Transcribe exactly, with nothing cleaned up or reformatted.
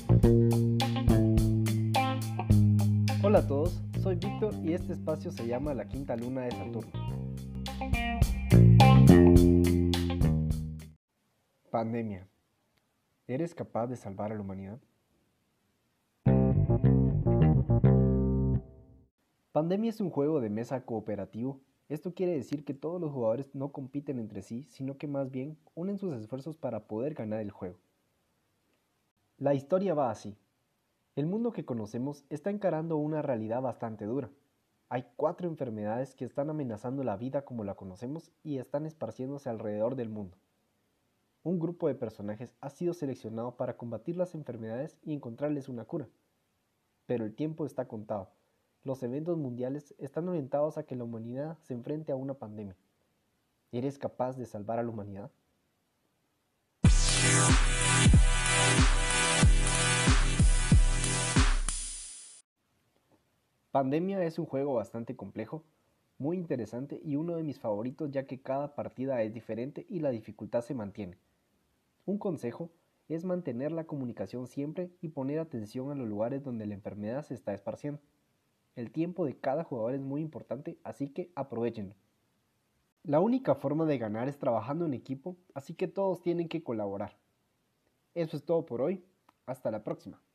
Hola a todos, soy Víctor y este espacio se llama La Quinta Luna de Saturno. Pandemia. ¿Eres capaz de salvar a la humanidad? Pandemia es un juego de mesa cooperativo. Esto quiere decir que todos los jugadores no compiten entre sí, sino que más bien unen sus esfuerzos para poder ganar el juego. La historia va así. El mundo que conocemos está encarando una realidad bastante dura. Hay cuatro enfermedades que están amenazando la vida como la conocemos y están esparciéndose alrededor del mundo. Un grupo de personajes ha sido seleccionado para combatir las enfermedades y encontrarles una cura. Pero el tiempo está contado. Los eventos mundiales están orientados a que la humanidad se enfrente a una pandemia. ¿Eres capaz de salvar a la humanidad? Pandemia es un juego bastante complejo, muy interesante y uno de mis favoritos ya que cada partida es diferente y la dificultad se mantiene. Un consejo es mantener la comunicación siempre y poner atención a los lugares donde la enfermedad se está esparciendo. El tiempo de cada jugador es muy importante, así que aprovechenlo. La única forma de ganar es trabajando en equipo, así que todos tienen que colaborar. Eso es todo por hoy. Hasta la próxima.